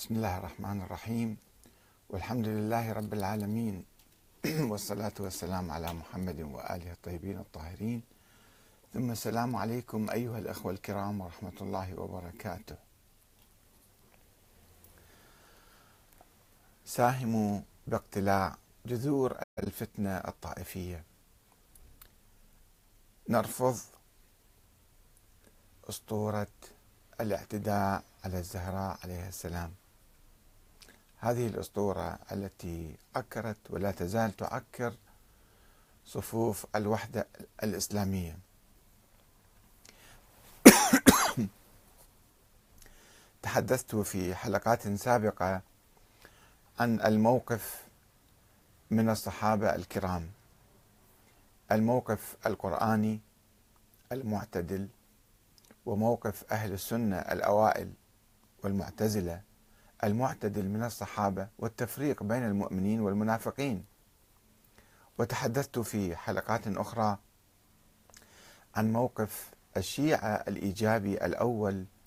بسم الله الرحمن الرحيم، والحمد لله رب العالمين. والصلاة والسلام على محمد وآله الطيبين الطاهرين، ثم السلام عليكم أيها الأخوة الكرام ورحمة الله وبركاته. ساهموا باقتلاع جذور الفتنة الطائفية. نرفض أسطورة الاعتداء على الزهراء عليه السلام. هذه الأسطورة التي عكرت ولا تزال تعكر صفوف الوحدة الإسلامية. تحدثت في حلقات سابقة عن الموقف من الصحابة الكرام، الموقف القرآني المعتدل، وموقف أهل السنة الأوائل والمعتزلة المعتدل من الصحابة، والتفريق بين المؤمنين والمنافقين. وتحدثت في حلقات أخرى عن موقف الشيعة الإيجابي الأول